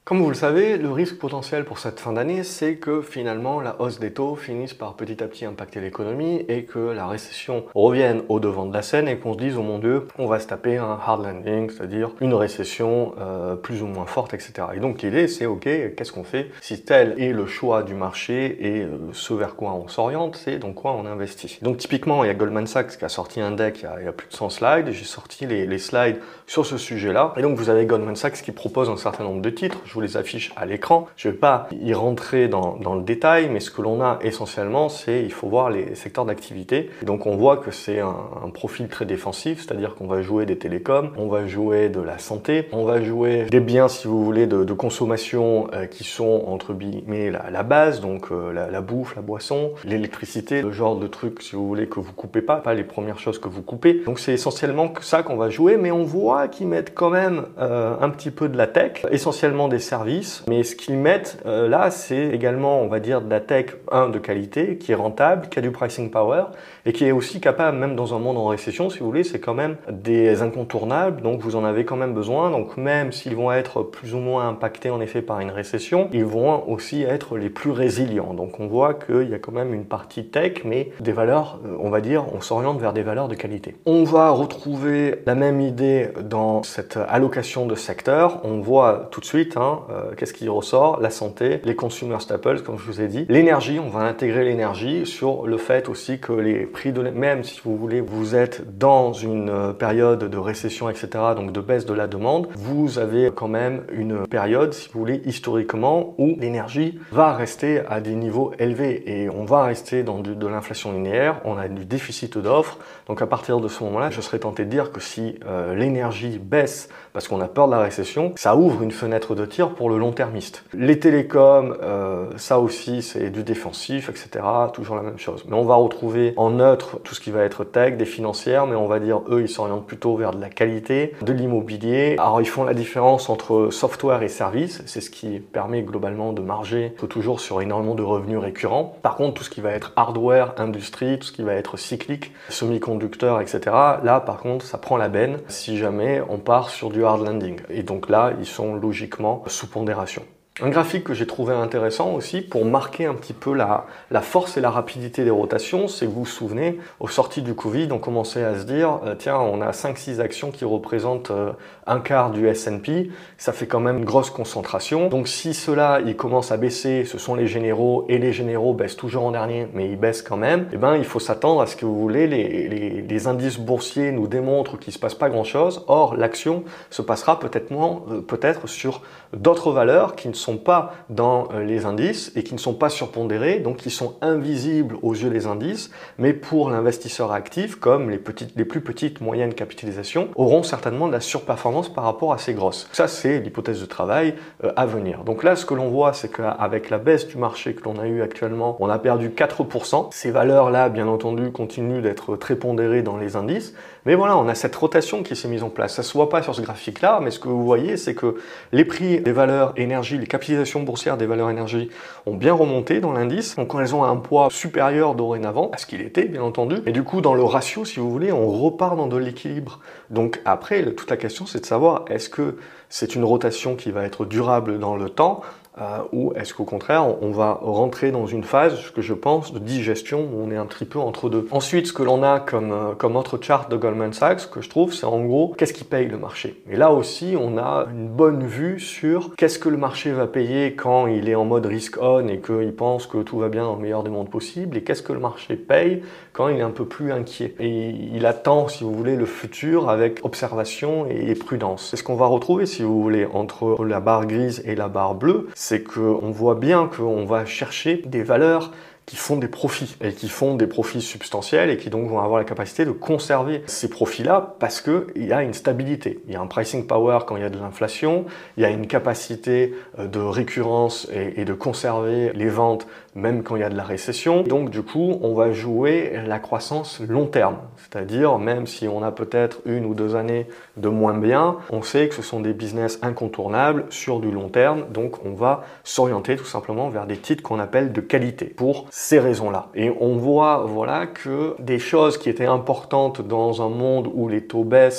Comme vous le savez, le risque potentiel pour cette fin d'année, c'est que finalement la hausse des taux finisse par petit à petit impacter l'économie et que la récession revienne au devant de la scène et qu'on se dise, oh mon Dieu, on va se taper un hard landing, c'est-à-dire une récession plus ou moins forte, etc. Et donc l'idée, c'est ok, qu'est-ce qu'on fait si tel est le choix du marché et ce vers quoi on s'oriente, c'est dans quoi on investit. Donc typiquement, il y a Goldman Sachs qui a sorti un deck il y a plus de 100 slides, et j'ai sorti les slides sur ce sujet-là. Et donc vous avez Goldman Sachs qui propose un certain nombre de titres. Je vous les affiche à l'écran. Je ne vais pas y rentrer dans le détail, mais ce que l'on a essentiellement, c'est il faut voir les secteurs d'activité. Donc on voit que c'est un profil très défensif, c'est-à-dire qu'on va jouer des télécoms, on va jouer de la santé, on va jouer des biens, si vous voulez, de consommation qui sont entre guillemets la base, donc la bouffe, la boisson, l'électricité, le genre de trucs, si vous voulez, que vous coupez pas les premières choses que vous coupez. Donc c'est essentiellement que ça qu'on va jouer, mais on voit qu'ils mettent quand même un petit peu de la tech, essentiellement des services, mais ce qu'ils mettent là, c'est également, on va dire, de la tech, de qualité, qui est rentable, qui a du pricing power, et qui est aussi capable, même dans un monde en récession, si vous voulez, c'est quand même des incontournables, donc vous en avez quand même besoin, donc même s'ils vont être plus ou moins impactés en effet par une récession, ils vont aussi être les plus résilients. Donc on voit qu'il y a quand même une partie tech, mais des valeurs, on va dire, on s'oriente vers des valeurs de qualité. On va retrouver la même idée dans cette allocation de secteurs. On voit tout de suite, qu'est-ce qui ressort? La santé, les consumer staples, comme je vous ai dit. L'énergie, on va intégrer l'énergie sur le fait aussi que les prix de même si vous voulez, vous êtes dans une période de récession, etc., donc de baisse de la demande, vous avez quand même une période, si vous voulez, historiquement, où l'énergie va rester à des niveaux élevés et on va rester dans de l'inflation linéaire, on a du déficit d'offres, donc à partir de ce moment-là, je serais tenté de dire que si l'énergie baisse parce qu'on a peur de la récession, ça ouvre une fenêtre de tir pour le long-termiste. Les télécoms, ça aussi c'est du défensif, etc., toujours la même chose. Mais on va retrouver en neutre tout ce qui va être tech, des financières, mais on va dire eux ils s'orientent plutôt vers de la qualité, de l'immobilier. Alors ils font la différence entre software et services, c'est ce qui permet globalement de marger toujours sur énormément de revenus récurrents. Par contre tout ce qui va être hardware, industrie, tout ce qui va être cyclique, semi-conducteurs, etc., là par contre ça prend la benne si jamais on part sur du hard landing. Et donc là, ils sont logiquement sous pondération. Un graphique que j'ai trouvé intéressant aussi pour marquer un petit peu la force et la rapidité des rotations, c'est que vous vous souvenez, aux sorties du Covid, on commençait à se dire, tiens, on a 5-6 actions qui représentent un quart du S&P, ça fait quand même une grosse concentration. Donc si cela, il commence à baisser, ce sont les généraux, et les généraux baissent toujours en dernier, mais ils baissent quand même, eh ben, il faut s'attendre à ce que vous voulez, les indices boursiers nous démontrent qu'il ne se passe pas grand-chose. Or, l'action se passera peut-être sur d'autres valeurs qui ne sont pas dans les indices et qui ne sont pas surpondérés, donc qui sont invisibles aux yeux des indices, mais pour l'investisseur actif, comme les plus petites moyennes capitalisations, auront certainement de la surperformance par rapport à ces grosses. Ça, c'est l'hypothèse de travail à venir. Donc là, ce que l'on voit, c'est qu'avec la baisse du marché que l'on a eu actuellement, on a perdu 4%. Ces valeurs-là, bien entendu, continuent d'être très pondérées dans les indices, mais voilà, on a cette rotation qui s'est mise en place. Ça se voit pas sur ce graphique-là, mais ce que vous voyez, c'est que les prix des valeurs énergie, les capitalisations boursières des valeurs énergie ont bien remonté dans l'indice. Donc elles ont un poids supérieur dorénavant à ce qu'il était, bien entendu. Et du coup, dans le ratio, si vous voulez, on repart dans de l'équilibre. Donc après, toute la question, c'est de savoir, est-ce que c'est une rotation qui va être durable dans le temps ou est-ce qu'au contraire, on va rentrer dans une phase, ce que je pense, de digestion, où on est un petit peu entre deux. Ensuite, ce que l'on a comme autre chart de Goldman Sachs, que je trouve, c'est en gros, qu'est-ce qui paye le marché? Et là aussi, on a une bonne vue sur qu'est-ce que le marché va payer quand il est en mode risk-on et qu'il pense que tout va bien dans le meilleur des mondes possible, et qu'est-ce que le marché paye quand il est un peu plus inquiet. Et il attend, si vous voulez, le futur avec observation et prudence. C'est ce qu'on va retrouver, si vous voulez, entre la barre grise et la barre bleue, c'est qu'on voit bien qu'on va chercher des valeurs qui font des profits et qui font des profits substantiels et qui donc vont avoir la capacité de conserver ces profits-là parce qu'il y a une stabilité. Il y a un pricing power quand il y a de l'inflation, il y a une capacité de récurrence et de conserver les ventes même quand il y a de la récession. Donc du coup, on va jouer la croissance long terme. C'est-à-dire, même si on a peut-être 1 ou 2 années de moins bien, on sait que ce sont des business incontournables sur du long terme. Donc on va s'orienter tout simplement vers des titres qu'on appelle de qualité pour ces raisons-là. Et on voit, voilà, que des choses qui étaient importantes dans un monde où les taux baissent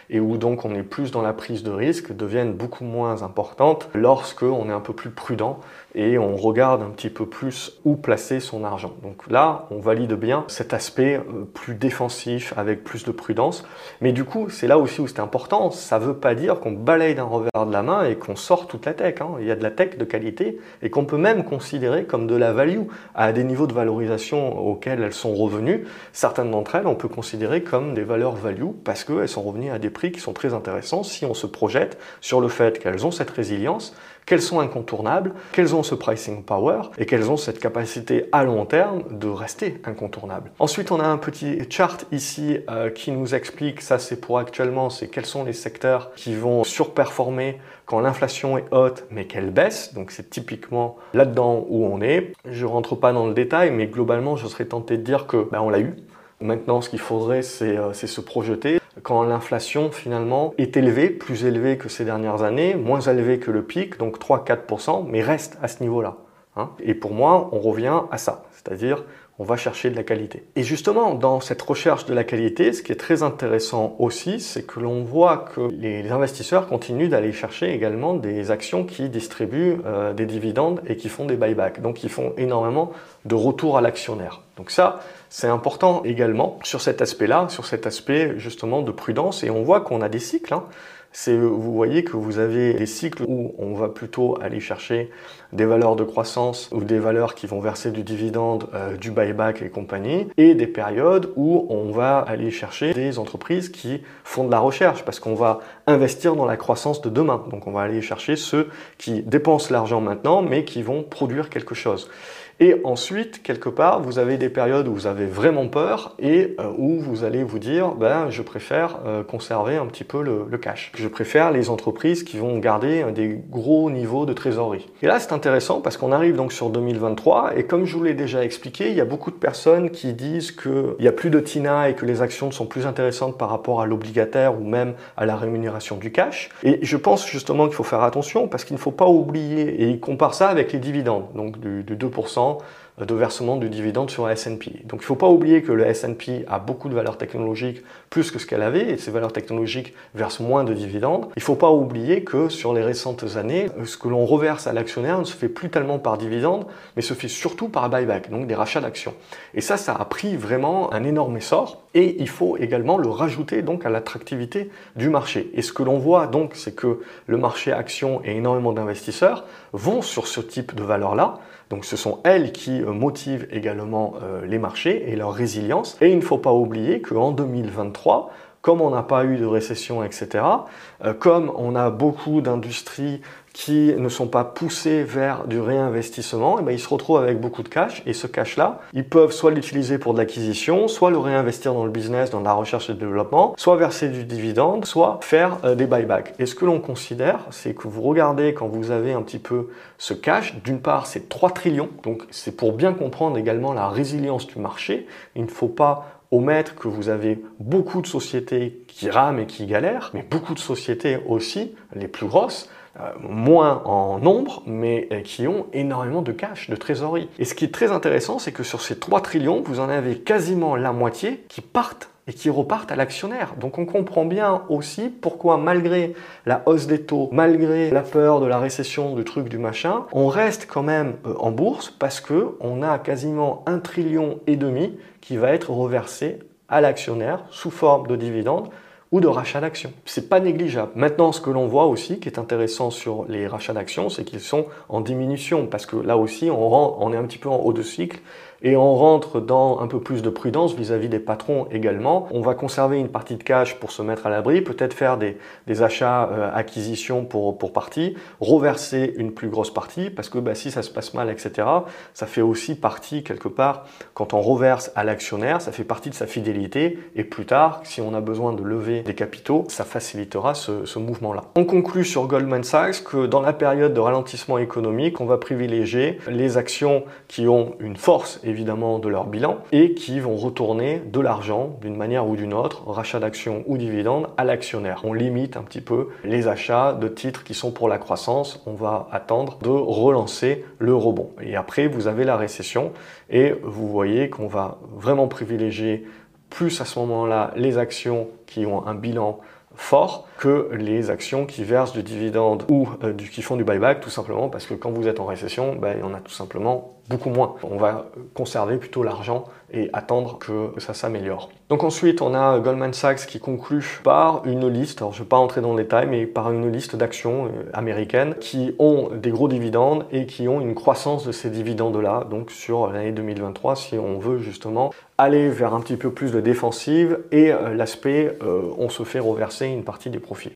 et où donc on est plus dans la prise de risque deviennent beaucoup moins importantes lorsque on est un peu plus prudent et on regarde un petit peu plus où placer son argent. Donc là, on valide bien cet aspect plus défensif avec plus de prudence. Mais du coup, c'est là aussi où c'est important. Ça ne veut pas dire qu'on balaye d'un revers de la main et qu'on sort toute la tech, hein. Il y a de la tech de qualité et qu'on peut même considérer comme de la value à des niveaux de valorisation auxquels elles sont revenues. Certaines d'entre elles, on peut considérer comme des valeurs value parce qu'elles sont revenues à des prix qui sont très intéressants si on se projette sur le fait qu'elles ont cette résilience, qu'elles sont incontournables, qu'elles ont ce pricing power et qu'elles ont cette capacité à long terme de rester incontournables. Ensuite, on a un petit chart ici qui nous explique, ça c'est pour actuellement, c'est quels sont les secteurs qui vont surperformer quand l'inflation est haute mais qu'elle baisse. Donc c'est typiquement là-dedans où on est. Je ne rentre pas dans le détail, mais globalement, je serais tenté de dire que on l'a eu. Maintenant, ce qu'il faudrait, c'est se projeter. Quand l'inflation, finalement, est élevée, plus élevée que ces dernières années, moins élevée que le pic, donc 3-4%, mais reste à ce niveau-là. Hein. Et pour moi, on revient à ça, c'est-à-dire on va chercher de la qualité. Et justement, dans cette recherche de la qualité, ce qui est très intéressant aussi, c'est que l'on voit que les investisseurs continuent d'aller chercher également des actions qui distribuent des dividendes et qui font des buybacks. Donc, ils font énormément de retour à l'actionnaire. Donc ça, c'est important également sur cet aspect-là, sur cet aspect justement de prudence. Et on voit qu'on a des cycles, hein. Vous voyez que vous avez des cycles où on va plutôt aller chercher des valeurs de croissance ou des valeurs qui vont verser du dividende, du buyback et compagnie, et des périodes où on va aller chercher des entreprises qui font de la recherche parce qu'on va investir dans la croissance de demain. Donc on va aller chercher ceux qui dépensent l'argent maintenant mais qui vont produire quelque chose. Et ensuite, quelque part, vous avez des périodes où vous avez vraiment peur et où vous allez vous dire je préfère conserver un petit peu le cash. Je préfère les entreprises qui vont garder des gros niveaux de trésorerie. Et là, c'est intéressant parce qu'on arrive donc sur 2023 et comme je vous l'ai déjà expliqué, il y a beaucoup de personnes qui disent qu'il n'y a plus de TINA et que les actions sont plus intéressantes par rapport à l'obligataire ou même à la rémunération du cash. Et je pense justement qu'il faut faire attention parce qu'il ne faut pas oublier, et ils comparent ça avec les dividendes, donc du 2% de versement du dividende sur le S&P. Donc il ne faut pas oublier que le S&P a beaucoup de valeurs technologiques plus que ce qu'elle avait et ces valeurs technologiques versent moins de dividendes. Il ne faut pas oublier que sur les récentes années, ce que l'on reverse à l'actionnaire ne se fait plus tellement par dividende, mais se fait surtout par buyback, donc des rachats d'actions. Et ça a pris vraiment un énorme essor et il faut également le rajouter donc à l'attractivité du marché. Et ce que l'on voit donc, c'est que le marché action et énormément d'investisseurs vont sur ce type de valeurs-là. Donc ce sont elles qui motivent également les marchés et leur résilience. Et il ne faut pas oublier qu'en 2023, comme on n'a pas eu de récession, etc., comme on a beaucoup d'industries qui ne sont pas poussées vers du réinvestissement, et ils se retrouvent avec beaucoup de cash, et ce cash-là, ils peuvent soit l'utiliser pour de l'acquisition, soit le réinvestir dans le business, dans la recherche et le développement, soit verser du dividende, soit faire des buybacks. Et ce que l'on considère, c'est que vous regardez quand vous avez un petit peu ce cash, d'une part c'est 3 trillions, donc c'est pour bien comprendre également la résilience du marché, il ne faut pas omettre que vous avez beaucoup de sociétés qui rament et qui galèrent, mais beaucoup de sociétés aussi, les plus grosses, moins en nombre, mais qui ont énormément de cash, de trésorerie. Et ce qui est très intéressant, c'est que sur ces 3 trillions, vous en avez quasiment la moitié qui partent et qui repartent à l'actionnaire. Donc on comprend bien aussi pourquoi malgré la hausse des taux, malgré la peur de la récession, du truc, du machin, on reste quand même en bourse parce qu'on a quasiment 1,5 trillion qui va être reversé à l'actionnaire sous forme de dividendes ou de rachat d'actions. C'est pas négligeable. Maintenant, ce que l'on voit aussi, qui est intéressant sur les rachats d'actions, c'est qu'ils sont en diminution, parce que là aussi, on est un petit peu en haut de cycle, et on rentre dans un peu plus de prudence vis-à-vis des patrons également. On va conserver une partie de cash pour se mettre à l'abri, peut-être faire des achats, acquisitions pour partie, reverser une plus grosse partie, parce que si ça se passe mal, etc., ça fait aussi partie, quelque part, quand on reverse à l'actionnaire, ça fait partie de sa fidélité, et plus tard, si on a besoin de lever des capitaux, ça facilitera ce mouvement-là. On conclut sur Goldman Sachs que dans la période de ralentissement économique, on va privilégier les actions qui ont une force évidemment de leur bilan et qui vont retourner de l'argent d'une manière ou d'une autre, rachat d'actions ou dividendes, à l'actionnaire. On limite un petit peu les achats de titres qui sont pour la croissance. On va attendre de relancer le rebond. Et après, vous avez la récession et vous voyez qu'on va vraiment privilégier plus à ce moment-là les actions qui ont un bilan fort que les actions qui versent du dividende ou qui font du buyback, tout simplement parce que quand vous êtes en récession, il y en a tout simplement beaucoup moins. On va conserver plutôt l'argent et attendre que ça s'améliore. Donc ensuite, on a Goldman Sachs qui conclut par une liste, alors je ne vais pas entrer dans le détail, mais par une liste d'actions américaines qui ont des gros dividendes et qui ont une croissance de ces dividendes-là, donc sur l'année 2023, si on veut justement aller vers un petit peu plus de défensive et l'aspect on se fait reverser une partie des profits.